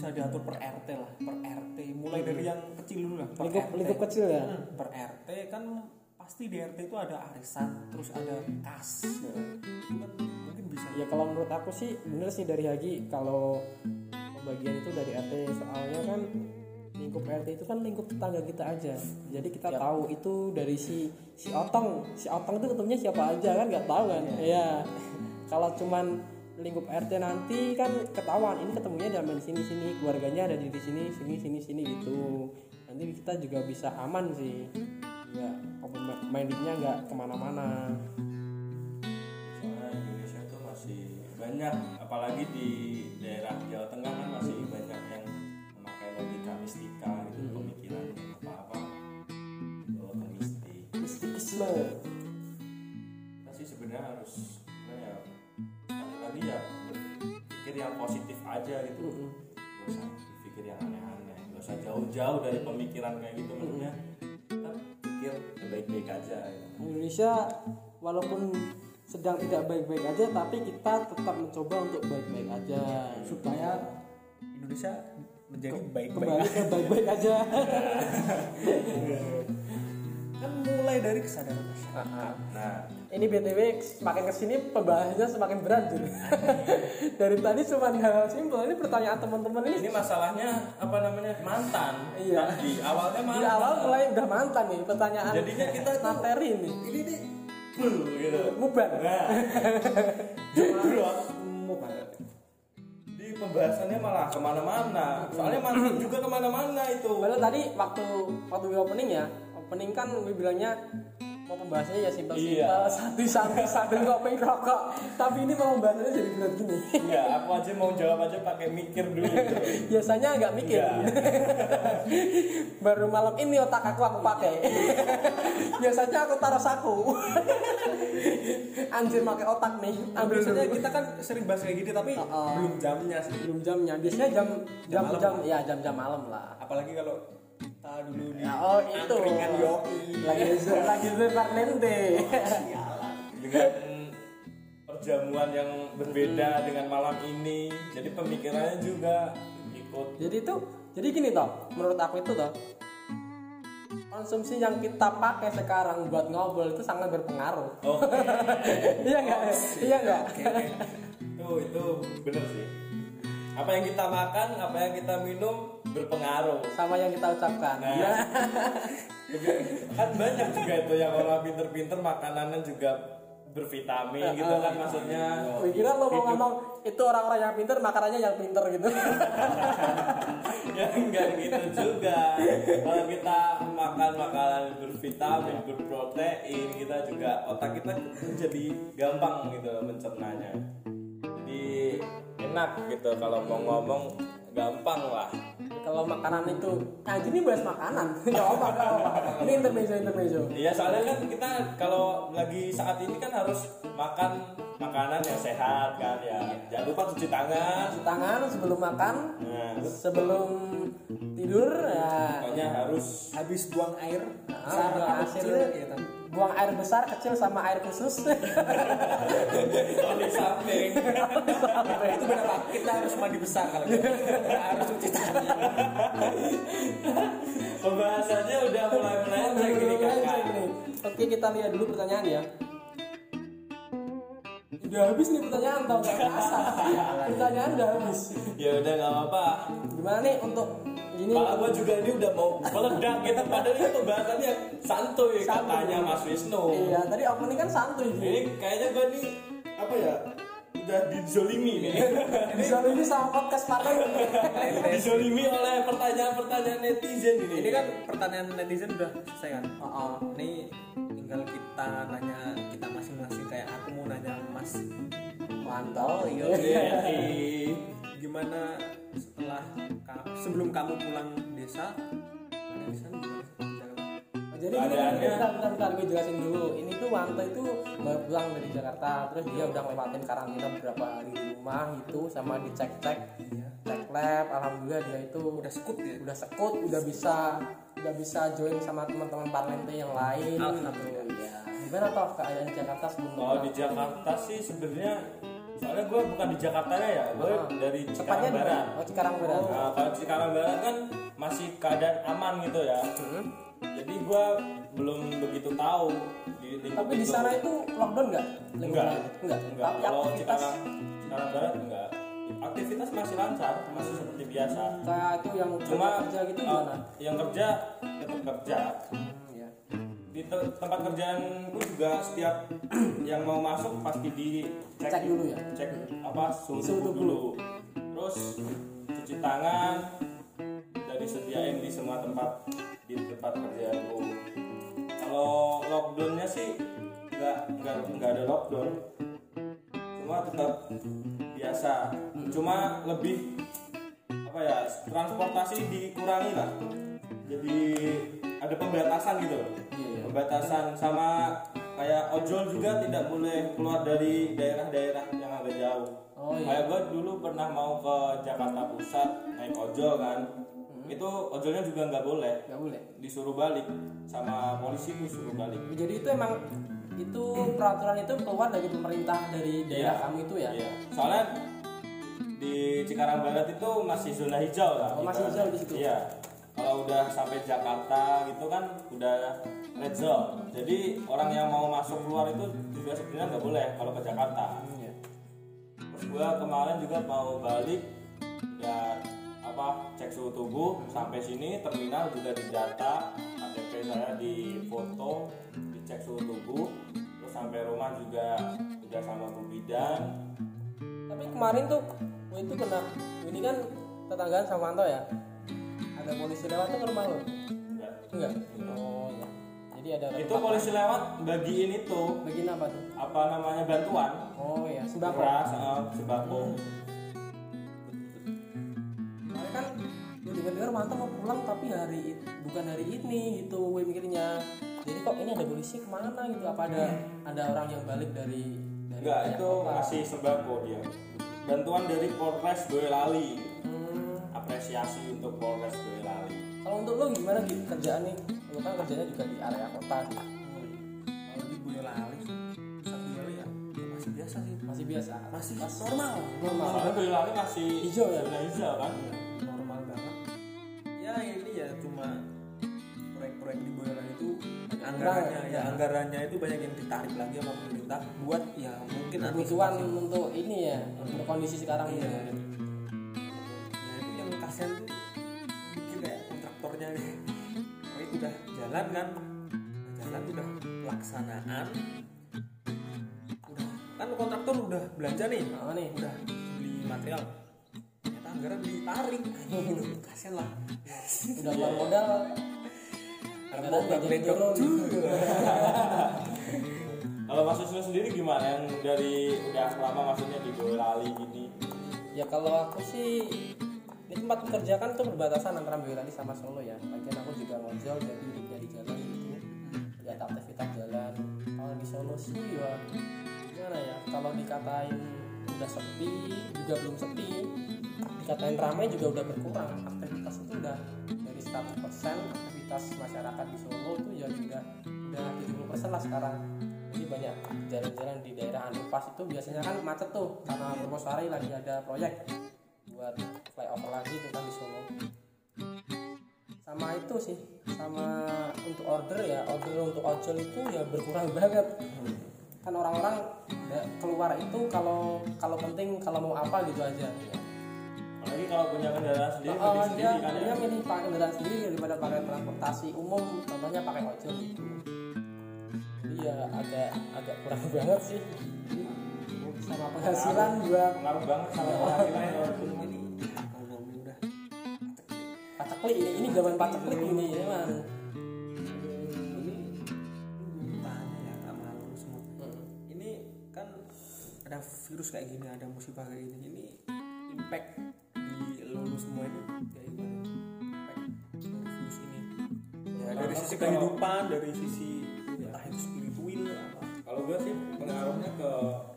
bisa diatur per RT lah, per RT mulai dari yang kecil dulu lah. Per lingkup kecil ya. Per RT kan pasti di RT itu ada arisan, terus ada kas. Itu kan mungkin bisa. Ya kalau menurut aku sih bener sih dari Hagi kalau pembagian itu dari RT, soalnya kan lingkup RT itu kan lingkup tetangga kita aja. Jadi kita tahu itu dari si Otong itu ketemunya siapa aja kan nggak tahu kan. Iya. Kalau cuman lingkup RT nanti kan ketahuan ini ketemunya di sini keluarganya ada di sini gitu. Nanti kita juga bisa aman sih. Nggak mindingnya nggak kemana-mana. Soalnya Indonesia tuh masih banyak, apalagi di daerah Jawa Tengah kan masih banyak yang memakai logika mistika gitu, pemikiran apa-apa ke Mistikisme. kita sih sebenarnya harus ya lagi ya berpikir yang positif aja gitu, nggak usah berpikir yang aneh-aneh, nggak usah jauh-jauh dari pemikiran kayak gitu. Maksudnya kita pikir yang baik-baik aja ya. Indonesia walaupun sedang tidak baik-baik aja, tapi kita tetap mencoba untuk baik-baik aja Supaya Indonesia menjadi baik-baik. kembali ke baik-baik aja. Kan mulai dari kesadaran masyarakat. Nah, Ini BTW semakin kesini pembahasannya semakin berat Jun. Dari tadi cuma hal simpel, ini pertanyaan teman-teman ini ini. masalahnya apa namanya, mantan. Iya. Di awalnya mantan. Di awal mulai udah mantan nih pertanyaan. Jadinya kita tuh- materi ini. ini nih gitu. Muban. Nah, justru Muban. di pembahasannya malah kemana-mana. Soalnya mantan juga kemana-mana itu. Padahal tadi waktu opening ya, opening kan gue bilangnya mau pembahasannya ya simpel-simpel, Iya. sambil ngopi rokok. Tapi ini mau pembahasannya jadi berat gini. Iya, aku aja mau jawab aja pakai mikir dulu. Biasanya nggak mikir. Iya. Baru malam ini otak aku pakai. Biasanya aku taruh saku. Anjir pakai otak nih. Ambil Biasanya dulu. kita kan sering bahas kayak gini tapi belum jamnya sih. Belum jamnya. Biasanya malam. jam malam lah. Apalagi kalau kita dulu di Ya, oh itu. angkringan yoi. Lagi lebar lente. Dengan perjamuan yang berbeda dengan malam ini, jadi pemikirannya juga ikut. Jadi gini toh, menurut aku itu toh, konsumsi yang kita pakai sekarang buat ngobrol itu sangat berpengaruh. Oh, Iya nggak? Iya nggak? itu bener sih. Apa yang kita makan, apa yang kita minum berpengaruh. Sama yang kita ucapkan. Nah. Kan banyak juga itu yang orang pinter-pinter makanannya juga bervitamin gitu kan maksudnya. Wih, kira lo mau ngomong itu orang-orang yang pinter makanannya yang pinter gitu. Ya enggak gitu juga. Kalau kita makan makanan bervitamin, berprotein, kita juga otak kita jadi gampang gitu mencernanya. Jadi enak gitu kalau mau ngomong gampang lah. Kalau makanan itu, anjir ini bahas makanan. Gak apa-apa. Ini intermezzo. Iya soalnya kan kita kalau lagi saat ini kan harus makan makanan yang sehat kan ya. Jangan lupa cuci tangan. Cuci tangan sebelum makan, Nah, sebelum tidur ya. pokoknya harus Habis buang air Besar, besar atau hasil kecil gitu. buang air besar, kecil sama air khusus. di samping. Itu benar Pak. Kita harus mandi besar kalau gitu. Nggak harus cuci tangan. Pembahasannya udah mulai melenceng gini kakak. Oke, kita lihat dulu pertanyaan ya. Udah habis nih pertanyaan, tau gak kerasa. Pertanyaan udah habis. Ya udah nggak apa-apa. Gimana nih untuk ini? Malah gue juga ini udah mau meledak gitu. Padahal ini pembahasannya santuy katanya Mas Wisnu. Iya, tadi opening kan santuy gitu. Ini kayaknya gue nih apa ya? Udah dizolimi nih. Ini sama podcast partai. Dizolimi oleh pertanyaan-pertanyaan netizen ini. Ini kan pertanyaan netizen udah selesai kan? Oh, Ini tinggal kita nanya kita masing-masing, kayak aku mau nanya Mas mantap. Iya. Iya. Gimana setelah sebelum kamu pulang desa? Ada di sana gimana? Jadi gini, bentar, gue jelasin dulu. Ini tuh Wanto itu baru pulang dari Jakarta, terus dia udah ngelewatin karantina beberapa hari di rumah gitu, sama dicek lab. Alhamdulillah dia itu Udah sekut ya? udah sekut, udah bisa join sama teman-teman parlente yang lain. Alhamdulillah. Gitu. Ya. Gimana toh keadaan di Jakarta sebelum Kalau di Jakarta sih sebenarnya Soalnya gue bukan di Jakartanya ya, gue dari Cikarang Barat. Oh, Cikarang Barat. Nah, kalau Cikarang Barat kan masih keadaan aman gitu ya. Jadi gue belum begitu tahu di lingkup Tapi di itu. sana itu lockdown nggak? Enggak. Tapi Kalau aktivitas Cikarang Barat enggak. Aktivitas masih lancar, masih seperti biasa. kayak itu yang Cuma kerja gitu gimana? yang kerja tetap kerja. Ya. Di tempat kerjaanku juga setiap yang mau masuk pasti Cek dulu ya? Cek apa suhu Suhu tubuh tubuh. dulu. Terus cuci tangan dan disediain di semua tempat di tempat kerjaanku. Kalau lockdownnya sih nggak ada lockdown. Cuma tetap biasa. Cuma lebih apa ya, transportasi dikurangi lah. Jadi ada pembatasan gitu. Iya. Pembatasan sama kayak ojol juga tidak boleh keluar dari daerah-daerah yang agak jauh. Oh, iya. Kayak gue dulu pernah mau ke Jakarta Pusat naik ojol kan. Itu ojolnya juga nggak boleh. Nggak boleh. Disuruh balik sama polisi, disuruh balik. Jadi itu emang itu peraturan itu keluar dari pemerintah dari daerah Iya. kamu itu ya? Iya. Soalnya di Cikarang Barat itu masih zona hijau lah. Oh, masih hijau di situ. Iya. Kalau udah sampai Jakarta gitu kan udah red zone. Jadi orang yang mau masuk keluar itu juga sebenarnya nggak boleh kalau ke Jakarta. Iya. Terus gua kemarin juga mau balik ya cek suhu tubuh sampai sini, terminal juga didata, KTP saya difoto, dicek suhu tubuh, terus sampai rumah juga udah sama Bu Bidan. Tapi kemarin tuh itu kena ini kan tetanggaan sama Anto ya? Ada polisi lewat tuh ke rumah lo? Enggak. Oh ya. Jadi ada Itu polisi lewat bagiin itu Bagian apa tuh? apa namanya bantuan Oh ya, sembako. beras, sembako. Soalnya kan gue dengar Manto mau pulang tapi bukan hari ini gitu gue mikirnya. Jadi kok ini ada polisi kemana gitu? Apa ada orang yang balik dari Enggak, kayak itu kota? masih sembako dia. Bantuan dari Polres Boyolali. Hmm. Apresiasi untuk Polres Boyolali. Kalau untuk lo gimana gitu kerjaan nih? Lo kan kerjanya juga di area kota gitu. Kalau di Boyolali, pusat Boyolali ya masih biasa sih, Masih biasa. masih normal. Soalnya Boyolali masih Hijau ya? zona hijau kan. Normal banget. Ya ini ya cuma proyek-proyek di Boyolali itu anggarannya itu banyak yang ditarik lagi sama pemerintah buat ya mungkin Kebutuhan antisipasi. untuk ini ya, untuk kondisi sekarang ini. Iya. Ya itu yang kasihan tuh bikin kayak kontraktornya nih. Proyek udah jalan kan, udah pelaksanaan, kan kontraktor udah belanja nih, Nah, nih. udah beli material, ternyata anggaran ditarik, gitu kasihan lah. Udah keluar modal. Anggaran nggak jadi turun. Kalau Mas Wisnu sendiri gimana yang dari udah lama maksudnya di Boyolali gini? Ya kalau aku sih di tempat kerja kan tuh berbatasan antara Boyolali sama Solo ya. Lagian aku juga ngojol jadi hidupnya di jalan gitu. Lihat aktivitas jalan. Kalau di Solo sih ya gimana ya? Kalau dikatain udah sepi juga belum sepi. Dikatain ramai juga udah berkurang. Aktivitas itu udah dari 100% aktivitas masyarakat di Solo itu ya juga udah 70% lah sekarang. Jadi banyak jalan-jalan di daerah underpass itu biasanya kan macet tuh karena Purwosari lagi ada proyek buat flyover lagi itu kan di Solo. Sama itu sih, sama untuk order untuk ojol itu ya berkurang banget. Kan orang-orang keluar itu kalau penting kalau mau apa gitu aja. Apalagi kalau punya kendaraan sendiri, milih sendiri kan ya. Dia milih pakai kendaraan sendiri daripada pakai transportasi umum, contohnya pakai ojol gitu. Jadi ya agak kurang banget sih. Sama penghasilan buat Pengaruh banget sama penghasilan. Ini kalau udah paceklik ini zaman paceklik ini emang. ini tanya ya nggak malu semua. Ini kan ada virus kayak gini, ada musibah kayak gini. Ini impact di lu semua ini kayak gimana? Impact dari virus ini. Ya dari sisi kehidupan, dari sisi entah itu spiritual apa. Kalau gue sih pengaruhnya ke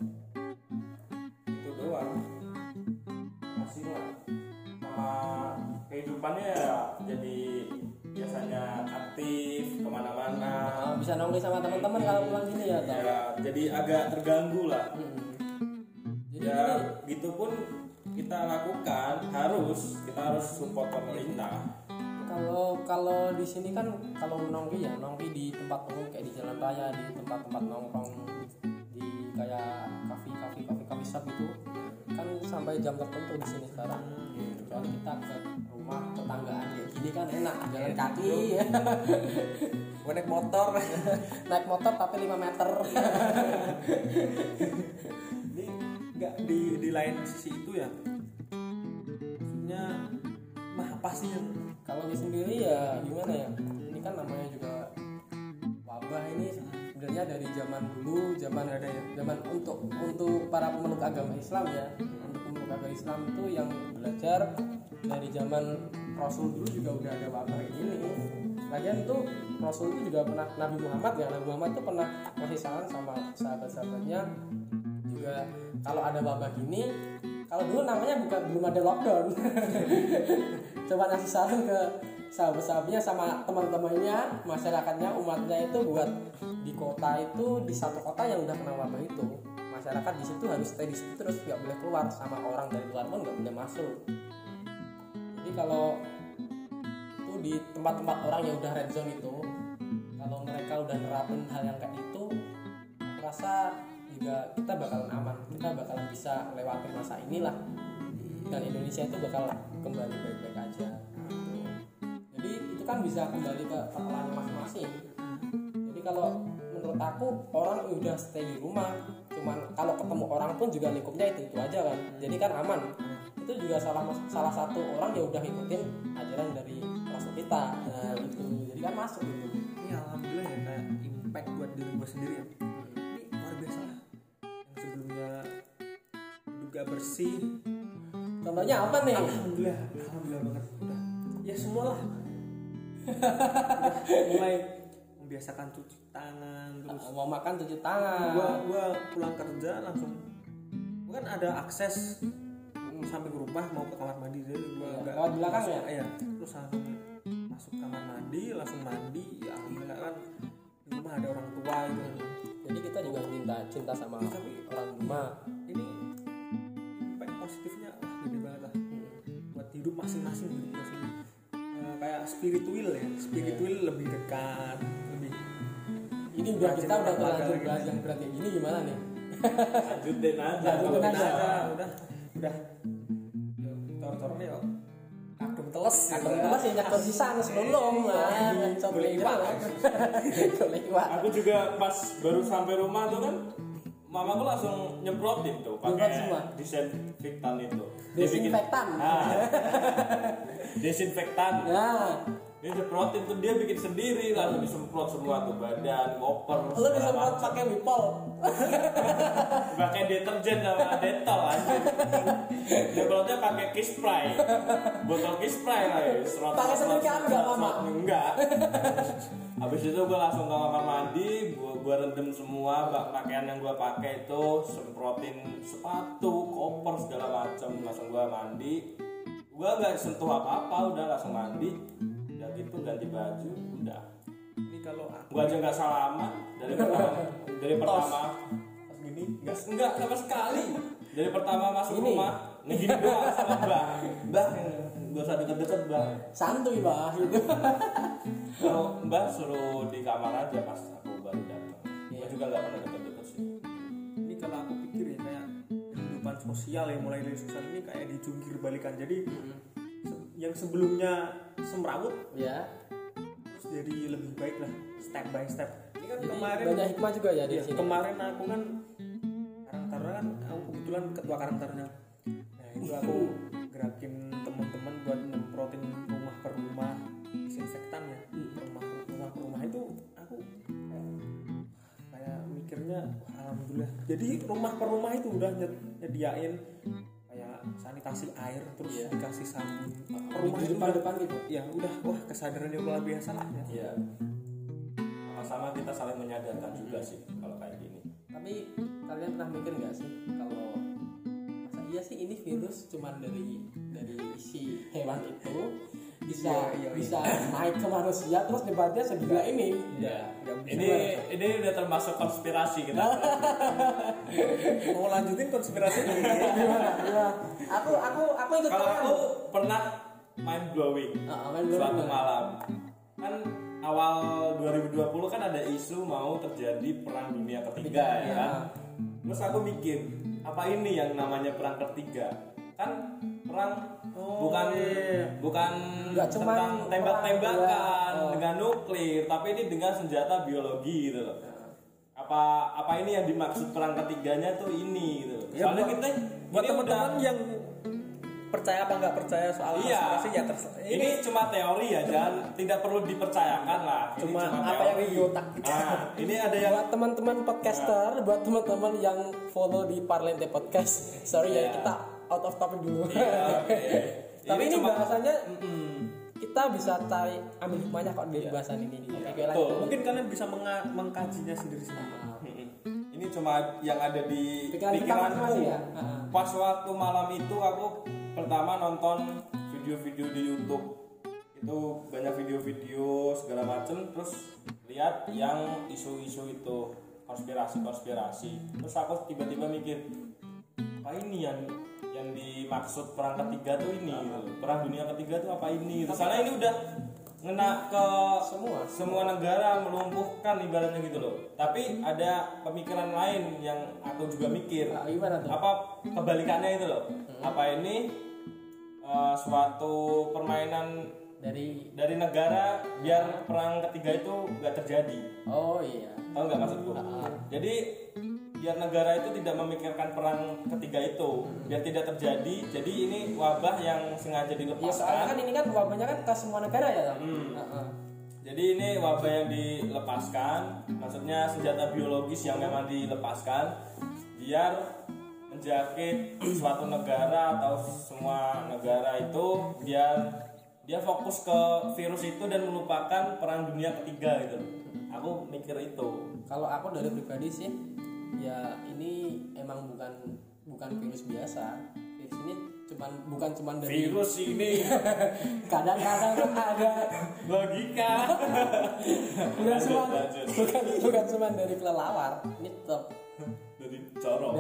itu doang, penghasilan sama kehidupannya ya jadi biasanya aktif kemana-mana. Bisa nongkrong sama teman-teman kalau pulang gini ya. Ya jadi agak terganggu lah. Jadi Ya gitu pun kita lakukan, kita harus support pemerintah. Kalau di sini kan kalau nongki di tempat umum kayak di jalan raya, di tempat-tempat nongkrong, di kayak kafe shop itu kan sampai jam tertentu di sini sekarang. Kecuali kita ke rumah tetanggaan kayak gini kan enak jalan kaki ya. Gue naik motor tapi 5 meter. ini nggak di lain sisi itu ya, maksudnya apa sih yang Kalau ini sendiri ya gimana ya, ini kan namanya juga wabah ini sebenarnya dari zaman dulu, zaman untuk para pemeluk agama Islam ya. Untuk pemeluk agama Islam itu yang belajar dari zaman Rasul dulu juga udah ada wabah ini. Lagian itu Rasul itu juga pernah, Nabi Muhammad itu pernah ngasih saran sama sahabat-sahabatnya juga, kalau ada wabah gini, kalau dulu namanya belum ada lockdown. Coba ngasih saran ke sahabat-sahabatnya sama teman-temannya, masyarakatnya, umatnya itu buat di kota itu, di satu kota yang udah kena wabah itu, masyarakat di situ harus stay di situ terus, nggak boleh keluar, sama orang dari luar pun nggak boleh masuk. Jadi kalau itu di tempat-tempat orang yang udah red zone itu, kalau mereka udah nerapin hal yang kayak itu, aku rasa juga kita bakalan aman, kita bakalan bisa lewatin masa inilah, dan Indonesia itu bakal kembali baik-baik aja. Jadi itu kan bisa kembali ke perlahannya masing-masing. Jadi kalau menurut aku orang udah stay di rumah, cuman kalau ketemu orang pun juga lingkupnya itu aja kan, jadi kan aman. Itu juga salah satu orang yang udah ngikutin ajaran dari Rasul kita. Nah itu jadi kan masuk gitu. ini alhamdulillah ya, kayak impact buat diri gue sendiri ya. Ini luar biasa lah, yang sebelumnya juga bersih, Contohnya apa nih? alhamdulillah banget, udah ya semua lah. Udah mulai membiasakan cuci tangan, terus Mau makan cuci tangan. gua pulang kerja langsung, gua kan ada akses samping rumah mau ke kamar mandi, jadi gua nggak lewat belakang masuk, ya? terus langsung masuk kamar mandi, langsung mandi. Ya alhamdulillah kan di rumah ada orang tua gitu. Jadi kita juga cinta sama orang rumah. Ini impact positifnya wah gede banget lah buat hidup masing-masing, hidup gua sendiri. Kayak spiritual lebih dekat, lebih. Ini udah kita udah terlanjur bahas yang berat kayak gini, gimana nih? Lanjutin aja. Udah tor-tornya yuk kadung teles Ya nyakur sisa sebelum Aku juga pas baru sampai rumah tuh kan, mamaku langsung nyemprotin tuh pakai disinfektan itu. Desinfektan. Nah, Dia semprotin tuh, dia bikin sendiri, langsung disemprot semua tuh badan, koper. lu disemprot pakai Wipol. Pakai deterjen sama Dettol aja. Semprotnya pakai Kiss Spray. Botol Kiss Spray lah ya. Pakai setrika enggak, Mama? Enggak. Habis itu gue langsung ke kamar mandi, gue rendam semua pakaian yang gue pakai itu, semprotin sepatu, koper segala macam, langsung gue mandi. Gue nggak sentuh apa-apa, udah langsung mandi. Udah gitu ganti baju, udah. ini kalau aku Gue aja nggak salaman dari pertama pas gini enggak sama sekali. Dari pertama masuk rumah ngegini doang sama Mbah, gak usah deket-deket Mbah. Santuy bah gitu. Kalau Mbah suruh di kamar aja pas aku baru datang. Gue juga nggak pernah deket-deket sih. ini kalau aku pikir ya, kayak kehidupan sosial ya, mulai dari sosial ini kayak dijungkir balikan. Jadi yang sebelumnya semrawut Ya. terus jadi lebih baik lah, step by step. Ini kan Jadi kemarin banyak hikmah juga ya di ya, sini. kemarin aku kan karang-taruna kan, aku kebetulan ketua karang-taruna. Nah itu aku gerakin teman-teman buat nyemprotin rumah per rumah disinfektan ya, rumah per rumah itu aku kayak mikirnya wah, alhamdulillah. Jadi rumah per rumah itu udah nyediain kayak sanitasi air, terus dikasih sabun per rumah Di itu depan gitu. ya udah, wah kesadaran yang luar biasa lah ya. Iya. Sama-sama kita saling menyadarkan juga sih kalau kayak gini. Tapi kalian pernah mikir nggak sih kalau masa iya sih ini virus cuman dari si hewan itu bisa Iya. bisa naik ke manusia terus nyebarnya segila ini? Nggak Ini udah termasuk konspirasi kita. Mau lanjutin konspirasi ini? Gimana? Aku ikut. Kalau aku pernah mind blowing suatu malam. Kan awal 2020 kan ada isu mau terjadi perang dunia ketiga ya kan. Terus aku mikir, apa ini yang namanya perang ketiga? Kan perang bukan tentang tembak-tembakan dengan nuklir, tapi ini dengan senjata biologi gitu loh. Apa ini yang dimaksud perang ketiganya tuh ini gitu. Soalnya kita buat teman-teman yang percaya apa nggak percaya soal konspirasi ya ini cuma teori ya, dan tidak perlu dipercayakan lah. Cuma apa yang di otak kita. Ini ada yang buat teman-teman podcaster, buat teman-teman yang follow di Parlente Podcast. Sorry ya, kita out of topic dulu. Tapi ini bahasanya kita bisa cari ambil hikmahnya kok dari bahasan ini. Mungkin kalian bisa mengkajinya sendiri-sendiri. Ini cuma yang ada di pikiranku. Pas waktu malam itu aku pertama nonton video-video di YouTube. Itu banyak video-video segala macem, terus lihat yang isu-isu itu, konspirasi. Terus aku tiba-tiba mikir, apa ini yang dimaksud perang ketiga tuh ini gitu. Perang dunia ketiga tuh apa ini gitu. Soalnya ini udah ngena ke semua negara, melumpuhkan ibaratnya gitu loh. Tapi ada pemikiran lain yang aku juga mikir, apa kebalikannya itu loh. Apa ini suatu permainan dari negara biar perang ketiga itu nggak terjadi. Oh iya, tahu nggak maksudku? Jadi biar negara itu tidak memikirkan perang ketiga itu, biar tidak terjadi. Jadi ini wabah yang sengaja dilepaskan. Ya, soalnya kan ini kan wabahnya kan ke semua negara ya. Jadi ini wabah yang dilepaskan, maksudnya senjata biologis yang memang dilepaskan biar menjakit suatu negara atau semua negara itu, biar dia fokus ke virus itu dan melupakan perang dunia ketiga gitu. Aku mikir itu. Kalau aku dari pribadi sih, ya ini emang bukan virus biasa. Virus ini bukan cuman dari virus ini kadang-kadang ada logika. bukan cuma dari kelelawar. Ini tetap dari corong.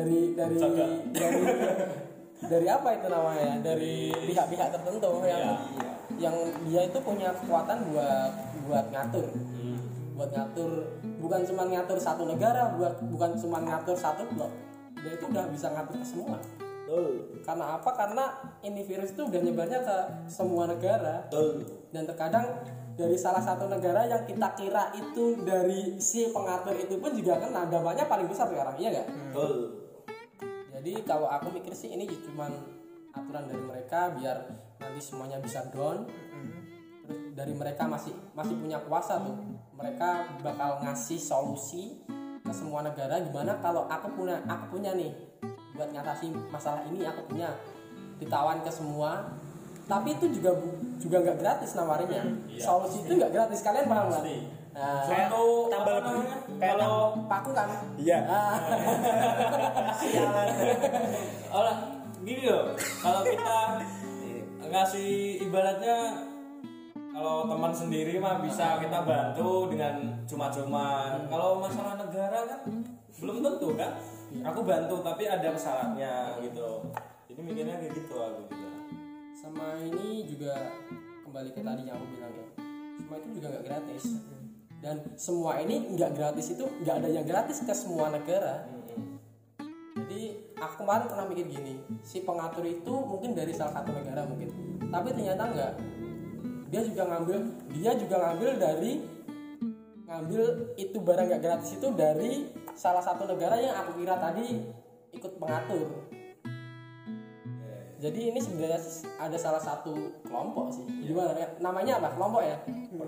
Dari apa itu namanya? Dari pihak-pihak tertentu yang dia itu punya kekuatan buat ngatur. Buat ngatur, bukan cuma ngatur satu negara, bukan cuma ngatur satu blok. Dia itu udah bisa ngatur ke semua. Karena apa? Karena ini virus itu udah nyebarnya ke semua negara. Dan terkadang dari salah satu negara yang kita kira itu dari si pengatur itu pun juga kena, dampaknya paling besar sekarang, iya nggak? Jadi kalau aku mikir sih ini cuma aturan dari mereka biar nanti semuanya bisa down. Terus dari mereka masih punya kuasa tuh, mereka bakal ngasih solusi ke semua negara. Gimana kalau aku punya nih buat ngatasi masalah ini, aku punya, ditawan ke semua. Tapi itu juga nggak gratis nawarinnya. Solusi itu nggak gratis, kalian paham nggak? Nah, suatu tambah kalau paku kan? Iya. Orang gini loh, kalau kita ngasih ibaratnya, kalau teman sendiri mah bisa kita bantu dengan cuma-cuma. Kalau masalah negara kan belum tentu kan. Aku bantu tapi ada syaratnya gitu. Jadi mikirnya kayak gitu aku juga. Sama ini juga kembali ke tadi yang aku bilang ya. Semua itu juga nggak gratis. Dan semua ini nggak gratis, itu nggak ada yang gratis ke semua negara. Jadi aku kemarin pernah mikir gini, si pengatur itu mungkin dari salah satu negara mungkin, tapi ternyata enggak. Dia juga ngambil itu barang nggak gratis itu dari salah satu negara yang aku kira tadi ikut pengatur. Jadi ini sebenarnya ada salah satu kelompok sih. Gimana ya? Namanya apa? Kelompok ya?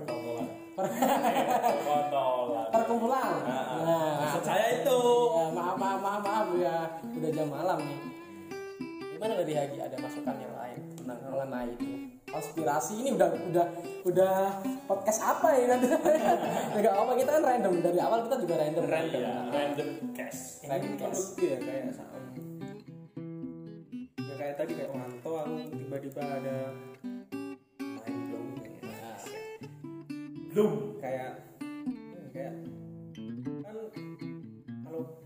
Perkumpulan. Nah, maksud saya itu. Ya, maaf ya, udah jam malam nih. Gimana dari Hagi, ada masukan yang lain tentang mengenai itu? Konspirasi ini udah podcast apa ya kan? Enggak apa, kita kan random dari awal, kita juga random. Random cast. Menurutku ya kayak tadi kayak Wanto, aku tiba-tiba ada mind blown kayak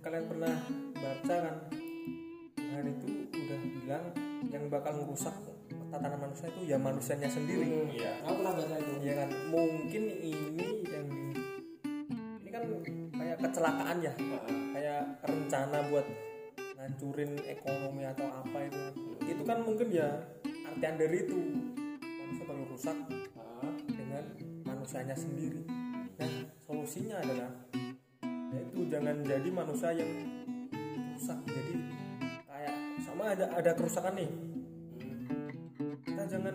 kalian pernah baca kan, Tuhan itu udah bilang yang bakal merusak tatanan manusia itu ya manusianya sendiri. Iya. Aku pernah baca itu. Ya kan, mungkin ini kan kayak kecelakaan ya, kayak rencana buat ngancurin ekonomi atau apa itu kan mungkin ya artian dari itu manusia baru rusak dengan manusianya sendiri. Nah solusinya adalah yaitu jangan jadi manusia yang rusak. Jadi kayak sama ada kerusakan nih, kita jangan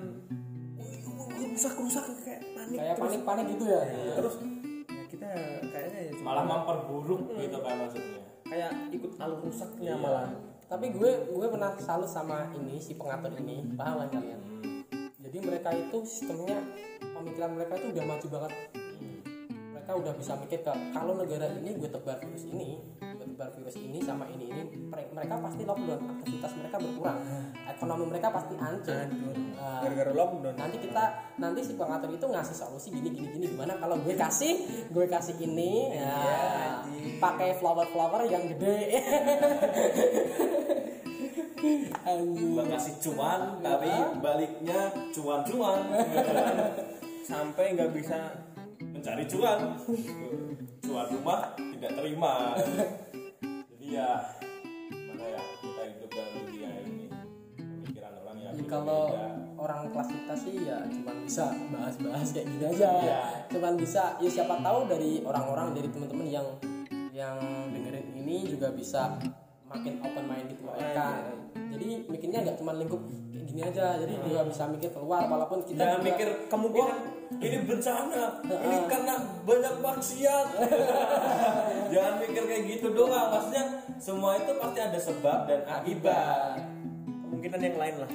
rusak kayak panik gitu ya. Terus ya kita kayaknya ya cuma Malah memperburuk gitu kan maksudnya. kayak ikut alur rusaknya Iya. malah. Tapi gue pernah salut sama ini si pengatur ini, paham kan kalian? Jadi mereka itu sistemnya, pemikiran mereka itu udah maju banget. Mereka udah bisa mikir kalau negara ini gue tebar virus ini sama ini mereka pasti lockdown, aktivitas mereka berkurang, ekonomi mereka pasti hancur. Gara-gara lockdown. Nanti si pengatur itu ngasih solusi gini gimana kalau gue kasih ini ya, pakai flower yang gede. Gua kasih cuan tapi baliknya cuan Sampai nggak bisa mencari cuan rumah tidak terima. Jadi ya mana ya, kita hidup dalam dunia ini pemikiran orang yang Ya, kalau berbeda. orang kelas kita sih ya cuma bisa bahas kayak gini aja. Iya. Cuman bisa ya siapa tahu dari orang-orang, dari teman-teman yang dengerin ini juga bisa makin open minded mereka. Jadi mikirnya nggak cuma lingkup kayak gini aja. Jadi juga bisa mikir keluar walaupun kita Jangan juga mikir kemungkinan ini bencana, ini karena banyak maksiat. Jangan mikir kayak gitu doang. Maksudnya semua itu pasti ada sebab dan akibat. kemungkinan yang lain lah.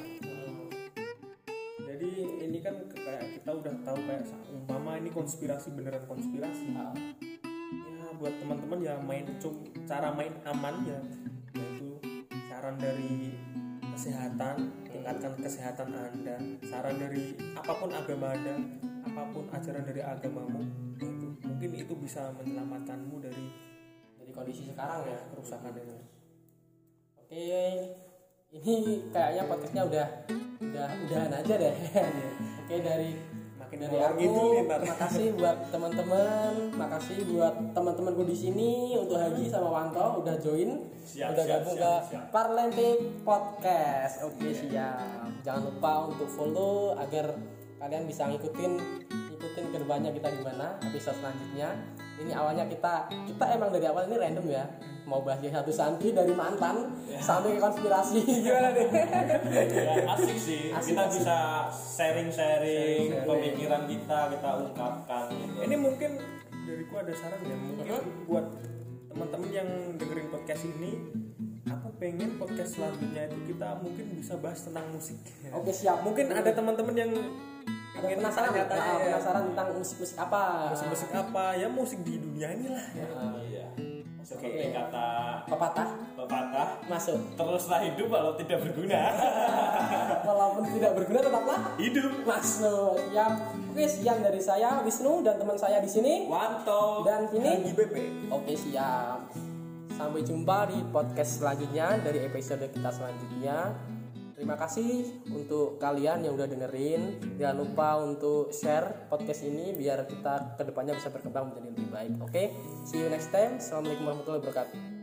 Jadi ini kan kayak kita udah tahu kayak umpama ini konspirasi, beneran konspirasi. Ya buat teman-teman ya cara main aman ya, yaitu saran dari kesehatan, tingkatkan kesehatan Anda. Saran dari apapun agama Anda, apapun ajaran dari agamamu, yaitu mungkin itu bisa menyelamatkanmu dari kondisi sekarang ya. kerusakan ini. Oke, ini kayaknya podcastnya udahan aja deh. Oke, dari orang aku, gitu nih, ntar. makasih buat makasih buat teman-temanku di sini, untuk Haji sama Wanto udah join, udah gabung ke Parlente Podcast. Oke, siap. Jangan lupa untuk follow agar kalian bisa ngikutin kedepannya kita di mana episode selanjutnya. Ini awalnya kita emang dari awal ini random ya, mau bahas satu santri dari mantan sampai ke konspirasi. Gimana nih? Ya, asik sih. Kita bisa sharing pemikiran kita ungkapkan gitu. Ini mungkin dariku ada saran ya, mungkin buat teman-teman yang dengerin podcast ini, aku pengen podcast selanjutnya itu kita mungkin bisa bahas tentang musik. Oke, siap. Mungkin ada teman-teman yang Ada penasaran tentang musik apa? musik apa ya, musik di dunia inilah ya. Iya. Seperti kata pepatah masuk. teruslah hidup walau tidak berguna. Walaupun tidak berguna tetaplah Hidup. masuk. Siap. Oke, sekian dari saya Wisnu dan teman saya di sini Wanto dan ini Di BP. Oke, siap. Sampai jumpa di podcast selanjutnya, dari episode kita selanjutnya. Terima kasih untuk kalian yang udah dengerin. Jangan lupa untuk share podcast ini biar kita kedepannya bisa berkembang menjadi lebih baik. Oke, see you next time. Assalamualaikum warahmatullahi wabarakatuh.